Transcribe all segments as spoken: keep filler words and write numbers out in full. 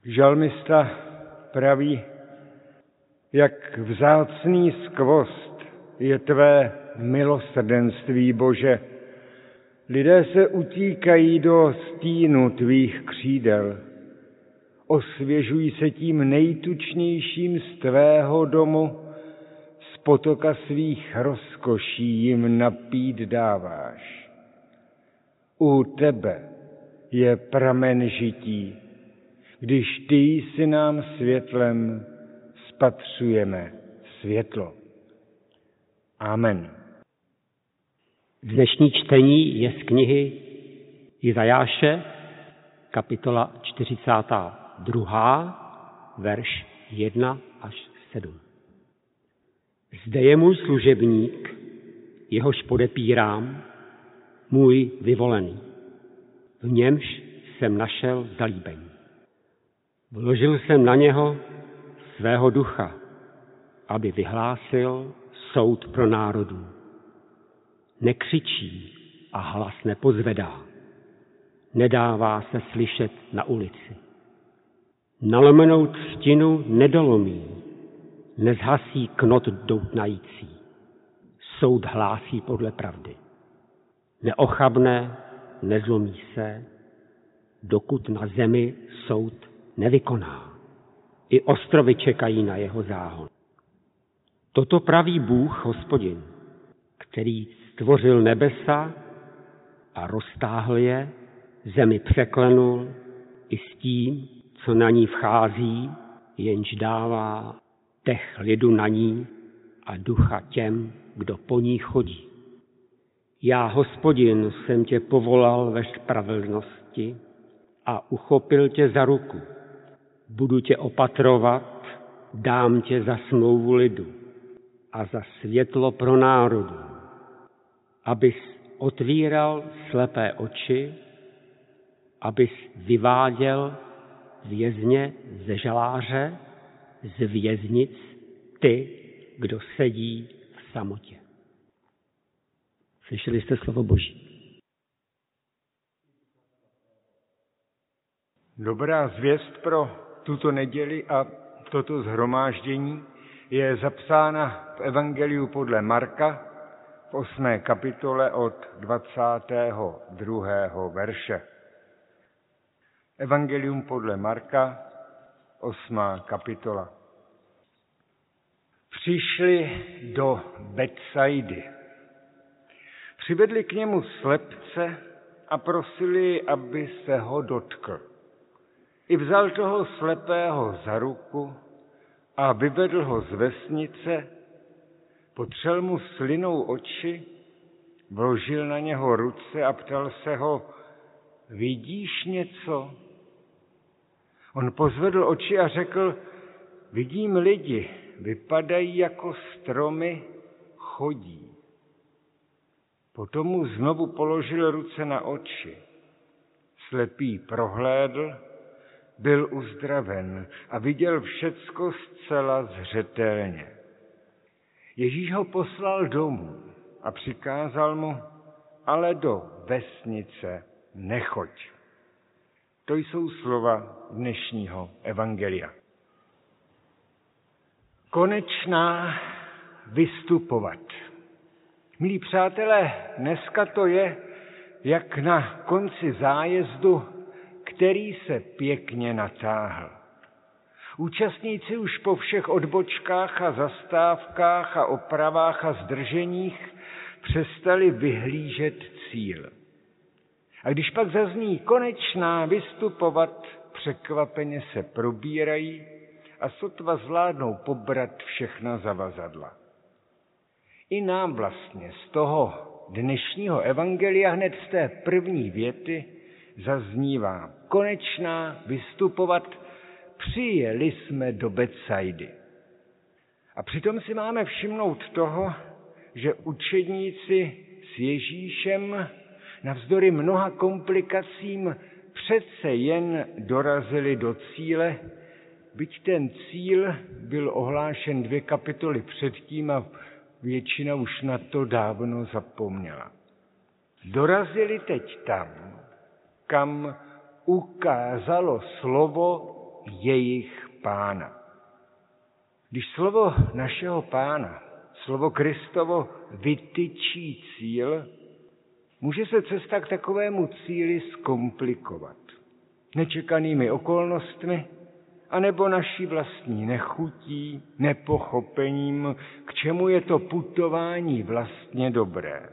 Žalmista praví, jak vzácný skvost je tvé milosrdenství, Bože. Lidé se utíkají do stínu tvých křídel. Osvěžují se tím nejtučnějším z tvého domu, z potoka svých rozkoší jim napít dáváš. U tebe je pramen žití, když ty jsi nám světlem, spatřujeme světlo. Amen. Dnešní čtení je z knihy Izajáše, kapitola čtyřicátá druhá, verš jedna až sedm. Zde je můj služebník, jehož podepírám, můj vyvolený. V němž jsem našel zalíbení. Vložil jsem na něho svého ducha, aby vyhlásil soud pro národů. Nekřičí a hlas nepozvedá. Nedává se slyšet na ulici. Nalomenou třtinu nedolomí, nezhasí knot doutnající. Soud hlásí podle pravdy. Neochabne, nezlomí se, dokud na zemi soud nevykoná. I ostrovy čekají na jeho záhon. Toto praví Bůh Hospodin, který stvořil nebesa a roztáhl je, zemi překlenul i s tím, co na ní vchází, jenž dává dech lidu na ní a ducha těm, kdo po ní chodí. Já, Hospodin, jsem tě povolal ve spravedlnosti a uchopil tě za ruku. Budu tě opatrovat, dám tě za smlouvu lidu a za světlo pro národu, abys otvíral slepé oči, abys vyváděl vězně ze žaláře, z věznic ty, kdo sedí v samotě. Slyšeli jste slovo Boží. Dobrá zvěst pro tuto neděli a toto shromáždění je zapsána v Evangeliu podle Marka v osmé kapitole od dvacátého druhého verše. Evangelium podle Marka, osmá kapitola. Přišli do Betsaidy. Přivedli k němu slepce a prosili, aby se ho dotkl. I vzal toho slepého za ruku a vyvedl ho z vesnice, potřel mu slinou oči, vložil na něho ruce a ptal se ho, vidíš něco? On pozvedl oči a řekl, vidím lidi, vypadají jako stromy, chodí. Potom mu znovu položil ruce na oči. Slepý prohlédl, byl uzdraven a viděl všecko zcela zřetelně. Ježíš ho poslal domů a přikázal mu, ale do vesnice nechoď. To jsou slova dnešního evangelia. Konečná vystupovat. Milí přátelé, dneska to je jak na konci zájezdu, který se pěkně natáhl. Účastníci už po všech odbočkách a zastávkách a opravách a zdrženích přestali vyhlížet cíl. A když pak zazní konečná vystupovat, překvapeně se probírají a sotva zvládnou pobrat všechna zavazadla. I nám vlastně z toho dnešního evangelia hned z té první věty zaznívá konečná vystupovat, přijeli jsme do Betsaidy. A přitom si máme všimnout toho, že učedníci s Ježíšem navzdory mnoha komplikacím přece jen dorazili do cíle, byť ten cíl byl ohlášen dvě kapitoly předtím a většina už na to dávno zapomněla. Dorazili teď tam, kam ukázalo slovo jejich Pána. Když slovo našeho Pána, slovo Kristovo vytyčí cíl, může se cesta k takovému cíli zkomplikovat. Nečekanými okolnostmi, anebo naší vlastní nechutí, nepochopením, k čemu je to putování vlastně dobré.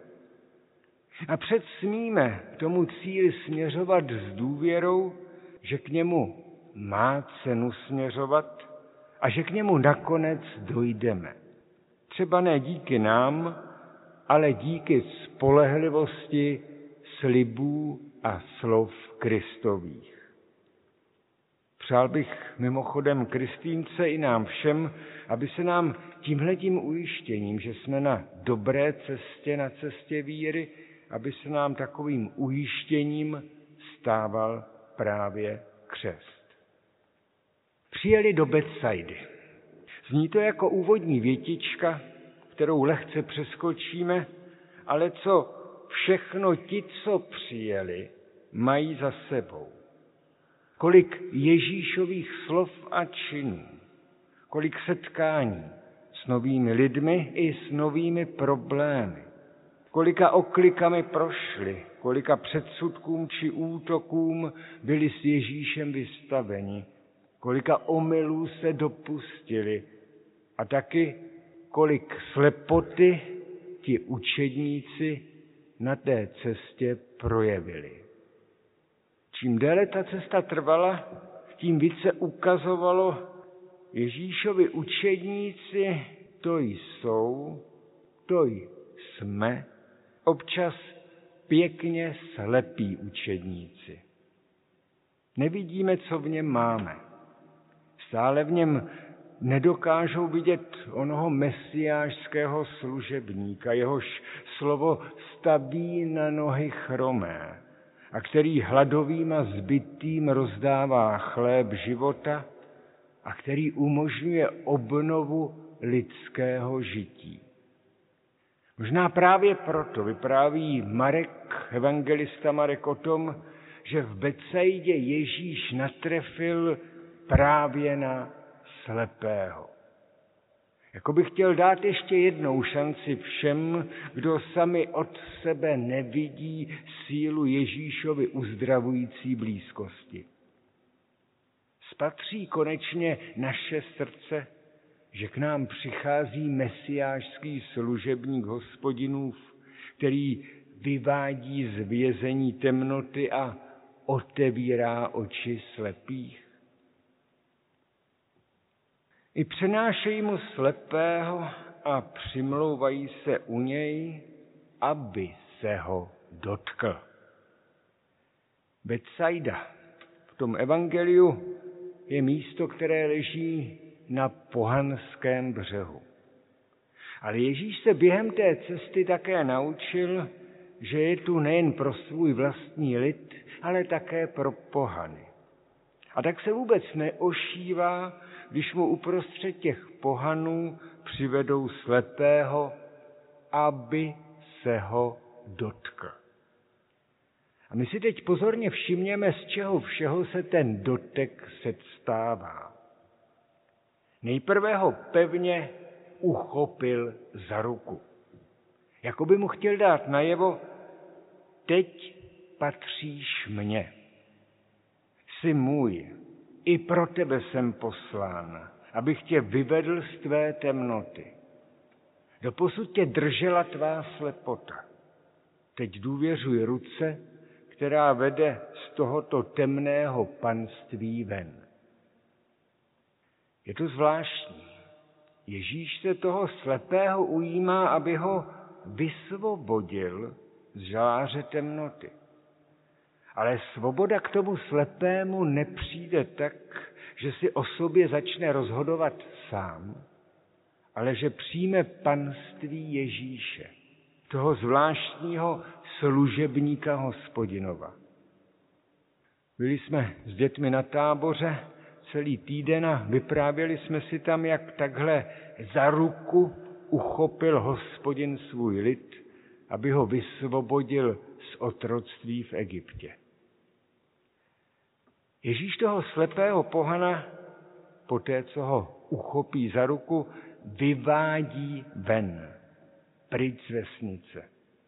A před smíme tomu cíli směřovat s důvěrou, že k němu má cenu směřovat a že k němu nakonec dojdeme. Třeba ne díky nám, ale díky spolehlivosti slibů a slov Kristových. Přál bych mimochodem Kristýnce i nám všem, aby se nám tímhletím ujištěním, že jsme na dobré cestě, na cestě víry, aby se nám takovým ujištěním stával právě křest. Přijeli do Betsaidy. Zní to jako úvodní větička, kterou lehce přeskočíme, ale co všechno ti, co přijeli, mají za sebou. Kolik Ježíšových slov a činů, kolik setkání s novými lidmi i s novými problémy, kolika oklikami prošli, kolika předsudkům či útokům byli s Ježíšem vystaveni, kolika omylů se dopustili a taky kolik slepoty ti učedníci na té cestě projevili. Čím déle ta cesta trvala, tím více ukazovalo Ježíšovi učedníci, to jsou, to jsme, občas pěkně slepí učedníci. Nevidíme, co v něm máme. Stále v něm nedokážou vidět onoho mesiášského služebníka, jehož slovo staví na nohy chromé a který hladovým a zbytým rozdává chléb života a který umožňuje obnovu lidského žití. Možná právě proto vypráví Marek, evangelista Marek o tom, že v Betsaidě Ježíš natrefil právě na slepého. Jako by chtěl dát ještě jednou šanci všem, kdo sami od sebe nevidí sílu Ježíšovy uzdravující blízkosti. Spatří konečně naše srdce, že k nám přichází mesiášský služebník Hospodinův, který vyvádí z vězení temnoty a otevírá oči slepých. I přenášejí mu slepého a přimlouvají se u něj, aby se ho dotkl. Betsaida v tom evangeliu je místo, které leží na pohanském břehu. Ale Ježíš se během té cesty také naučil, že je tu nejen pro svůj vlastní lid, ale také pro pohany. A tak se vůbec neošívá, když mu uprostřed těch pohanů přivedou slepého, aby se ho dotkl. A my si teď pozorně všimněme, z čeho všeho se ten dotek stává. Nejprve ho pevně uchopil za ruku. Jako by mu chtěl dát najevo, teď patříš mně. Jsi můj, i pro tebe jsem poslán, abych tě vyvedl z tvé temnoty. Doposud tě držela tvá slepota. Teď důvěřuj ruce, která vede z tohoto temného panství ven. Je to zvláštní. Ježíš se toho slepého ujímá, aby ho vysvobodil z žaláře temnoty. Ale svoboda k tomu slepému nepřijde tak, že si o sobě začne rozhodovat sám, ale že přijme panství Ježíše, toho zvláštního služebníka Hospodinova. Byli jsme s dětmi na táboře celý týden a vyprávěli jsme si tam, jak takhle za ruku uchopil Hospodin svůj lid, aby ho vysvobodil z otroctví v Egyptě. Ježíš toho slepého pohana, poté co ho uchopí za ruku, vyvádí ven, pryč z vesnice.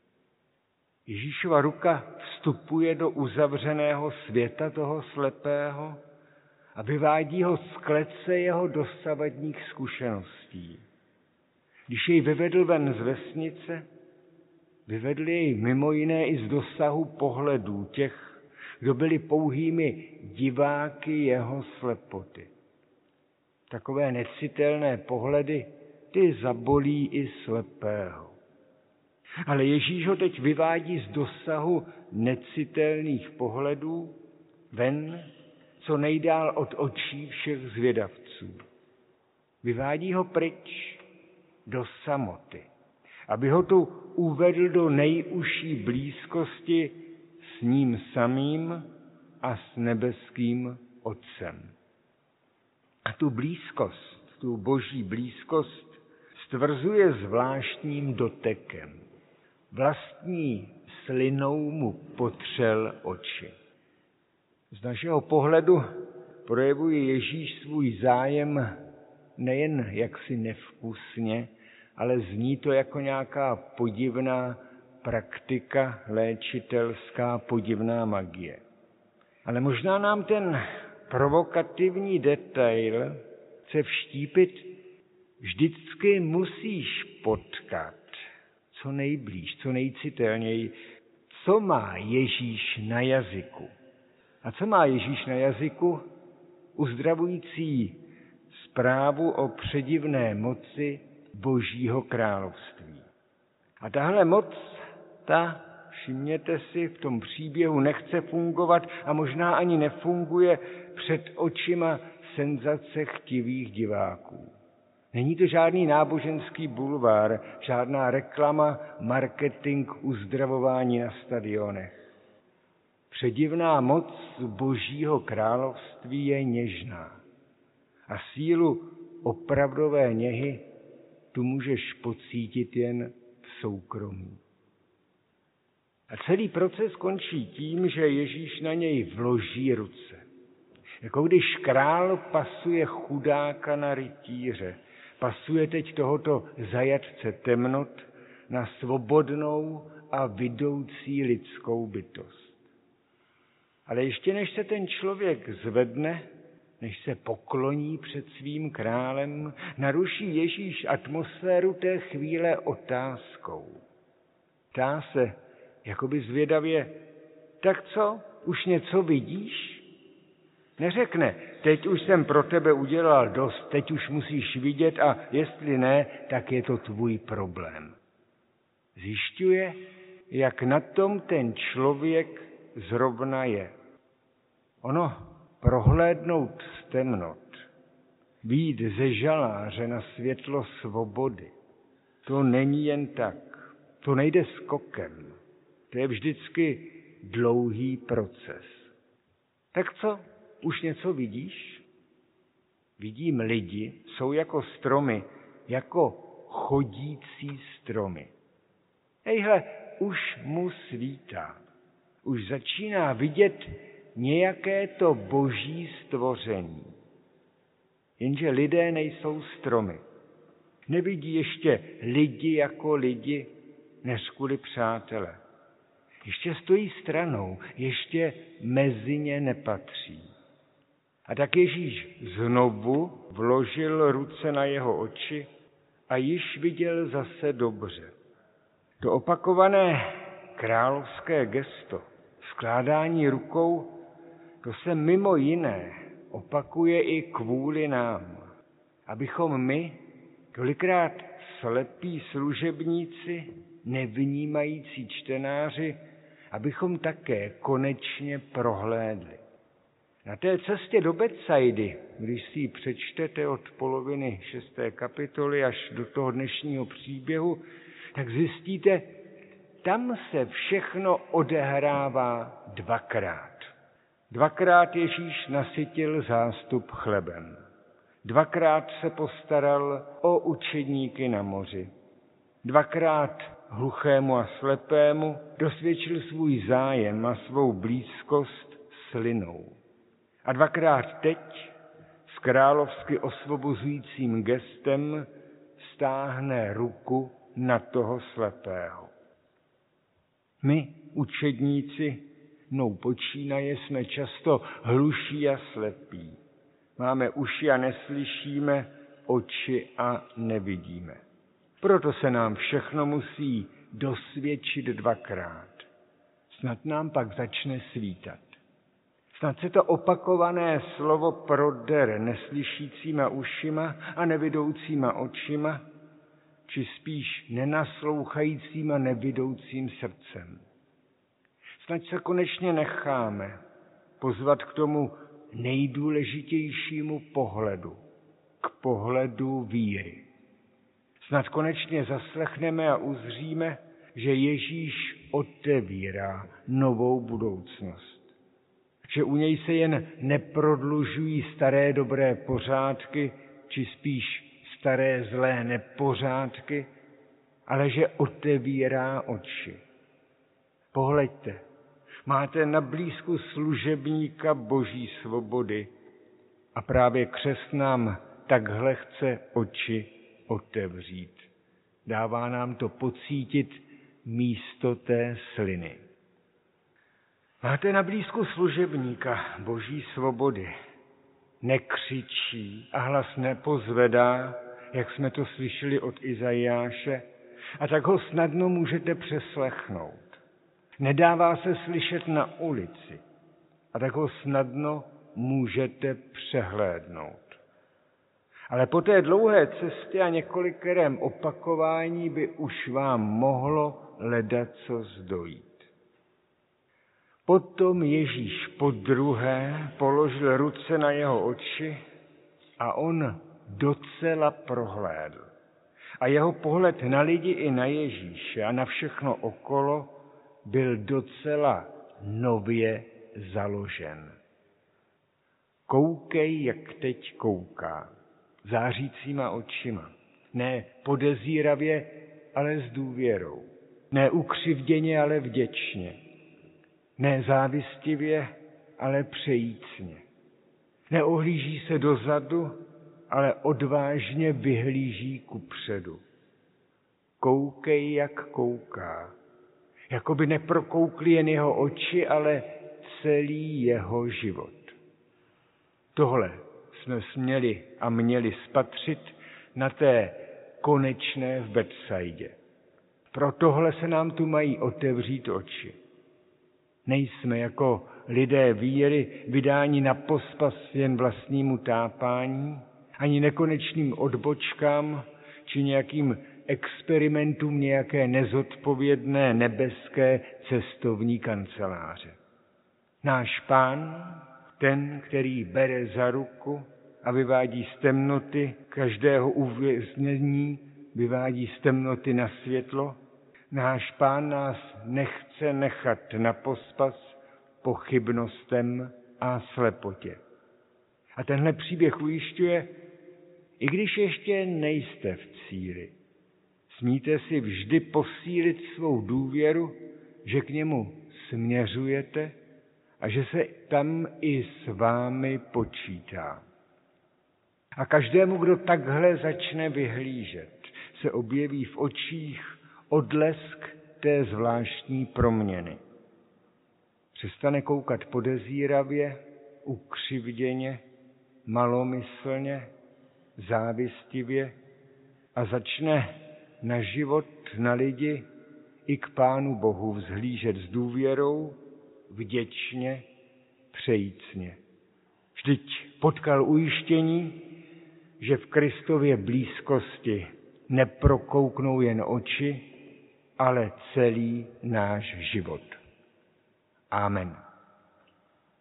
Ježíšova ruka vstupuje do uzavřeného světa toho slepého a vyvádí ho z klece jeho dosavadních zkušeností. Když jej vyvedl ven z vesnice, vyvedl jej mimo jiné i z dosahu pohledů těch, kdo byli pouhými diváky jeho slepoty. Takové necitelné pohledy, ty zabolí i slepého. Ale Ježíš ho teď vyvádí z dosahu necitelných pohledů ven, co nejdál od očí všech zvědavců. Vyvádí ho pryč do samoty, aby ho tu uvedl do nejužší blízkosti s ním samým a s nebeským Otcem. A tu blízkost, tu boží blízkost stvrzuje zvláštním dotekem. Vlastní slinou mu potřel oči. Z našeho pohledu projevuje Ježíš svůj zájem nejen jaksi nevkusně, ale zní to jako nějaká podivná praktika léčitelská, podivná magie. Ale možná nám ten provokativní detail chce vštípit, vždycky musíš potkat co nejblíž, co nejcitelněji, co má Ježíš na jazyku. A co má Ježíš na jazyku? Uzdravující zprávu o předivné moci Božího království. A tahle moc, ta, všimněte si, v tom příběhu nechce fungovat a možná ani nefunguje před očima senzace chtivých diváků. Není to žádný náboženský bulvár, žádná reklama, marketing, uzdravování na stadionech. Předivná moc Božího království je něžná a sílu opravdové něhy tu můžeš pocítit jen v soukromí. A celý proces končí tím, že Ježíš na něj vloží ruce. Jako když král pasuje chudáka na rytíře, pasuje teď tohoto zajatce temnot na svobodnou a vidoucí lidskou bytost. Ale ještě než se ten člověk zvedne, než se pokloní před svým králem, naruší Ježíš atmosféru té chvíle otázkou. Ptá se, jakoby zvědavě, tak co, už něco vidíš? Neřekne, teď už jsem pro tebe udělal dost, teď už musíš vidět a jestli ne, tak je to tvůj problém. Zjišťuje, jak na tom ten člověk zrovna je. Ono prohlédnout z temnot, vyjít ze žaláře na světlo svobody, to není jen tak, to nejde skokem, to je vždycky dlouhý proces. Tak co, už něco vidíš? Vidím lidi, jsou jako stromy, jako chodící stromy. Ejhle, už mu svítá, už začíná vidět nějaké to boží stvoření. Jenže lidé nejsou stromy. Nevidí ještě lidi jako lidi, než kvůli přátele. Ještě stojí stranou, ještě mezi ně nepatří. A tak Ježíš znovu vložil ruce na jeho oči a již viděl zase dobře. To opakované královské gesto, skládání rukou, to se mimo jiné opakuje i kvůli nám, abychom my, tolikrát slepí služebníci, nevnímající čtenáři, abychom také konečně prohlédli. Na té cestě do Betsaidy, když si ji přečtete od poloviny šesté kapitoly až do toho dnešního příběhu, tak zjistíte, tam se všechno odehrává dvakrát. Dvakrát Ježíš nasytil zástup chlebem. Dvakrát se postaral o učedníky na moři. Dvakrát hluchému a slepému dosvědčil svůj zájem a svou blízkost s linou. A dvakrát teď s královsky osvobozujícím gestem stáhne ruku na toho slepého. My, učedníci, mnou počínaje, jsme často hluší a slepí. Máme uši a neslyšíme, oči a nevidíme. Proto se nám všechno musí dosvědčit dvakrát. Snad nám pak začne svítat. Snad se to opakované slovo prodere neslyšícíma ušima a nevidoucíma očima, či spíš nenaslouchajícím a nevidoucím srdcem. Snad se konečně necháme pozvat k tomu nejdůležitějšímu pohledu, k pohledu víry. Snad konečně zaslechneme a uzříme, že Ježíš otevírá novou budoucnost. Že u něj se jen neprodlužují staré dobré pořádky, či spíš staré zlé nepořádky, ale že otevírá oči. Pohleďte, máte na blízku služebníka Boží svobody a právě křest nám takhle chce oči otevřít. Dává nám to pocítit místo té sliny. Máte na blízku služebníka Boží svobody. Nekřičí a hlas nepozvedá, jak jsme to slyšeli od Izajáše, a tak ho snadno můžete přeslechnout. Nedává se slyšet na ulici, a tak ho snadno můžete přehlédnout. Ale po té dlouhé cestě a několikerém opakování by už vám mohlo ledacos dojít. Potom Ježíš podruhé položil ruce na jeho oči a on docela prohlédl. A jeho pohled na lidi i na Ježíše a na všechno okolo byl docela nově založen. Koukej, jak teď kouká, zářícíma očima. Ne podezíravě, ale s důvěrou. Ne ukřivděně, ale vděčně. Ne závistivě, ale přejícně. Neohlíží se dozadu, ale odvážně vyhlíží kupředu. Koukej, jak kouká. Jakoby neprokoukli jen jeho oči, ale celý jeho život. Tohle jsme směli a měli spatřit na té konečné v Betsaidě. Pro tohle se nám tu mají otevřít oči. Nejsme jako lidé víry vydáni na pospas jen vlastnímu tápání, ani nekonečným odbočkám, či nějakým experimentům nějaké nezodpovědné nebeské cestovní kanceláře. Náš Pán, ten, který bere za ruku a vyvádí z temnoty každého uvěznění, vyvádí z temnoty na světlo, náš Pán nás nechce nechat na pospas pochybnostem a slepotě. A tenhle příběh ujišťuje, i když ještě nejste v cíli, smíte si vždy posílit svou důvěru, že k němu směřujete a že se tam i s vámi počítá. A každému, kdo takhle začne vyhlížet, se objeví v očích odlesk té zvláštní proměny. Přestane koukat podezíravě, ukřivděně, malomyslně, závistivě a začne na život, na lidi i k Pánu Bohu vzhlížet s důvěrou, vděčně, přejícně. Vždyť potkal ujištění, že v Kristově blízkosti neprokouknou jen oči, ale celý náš život. Amen.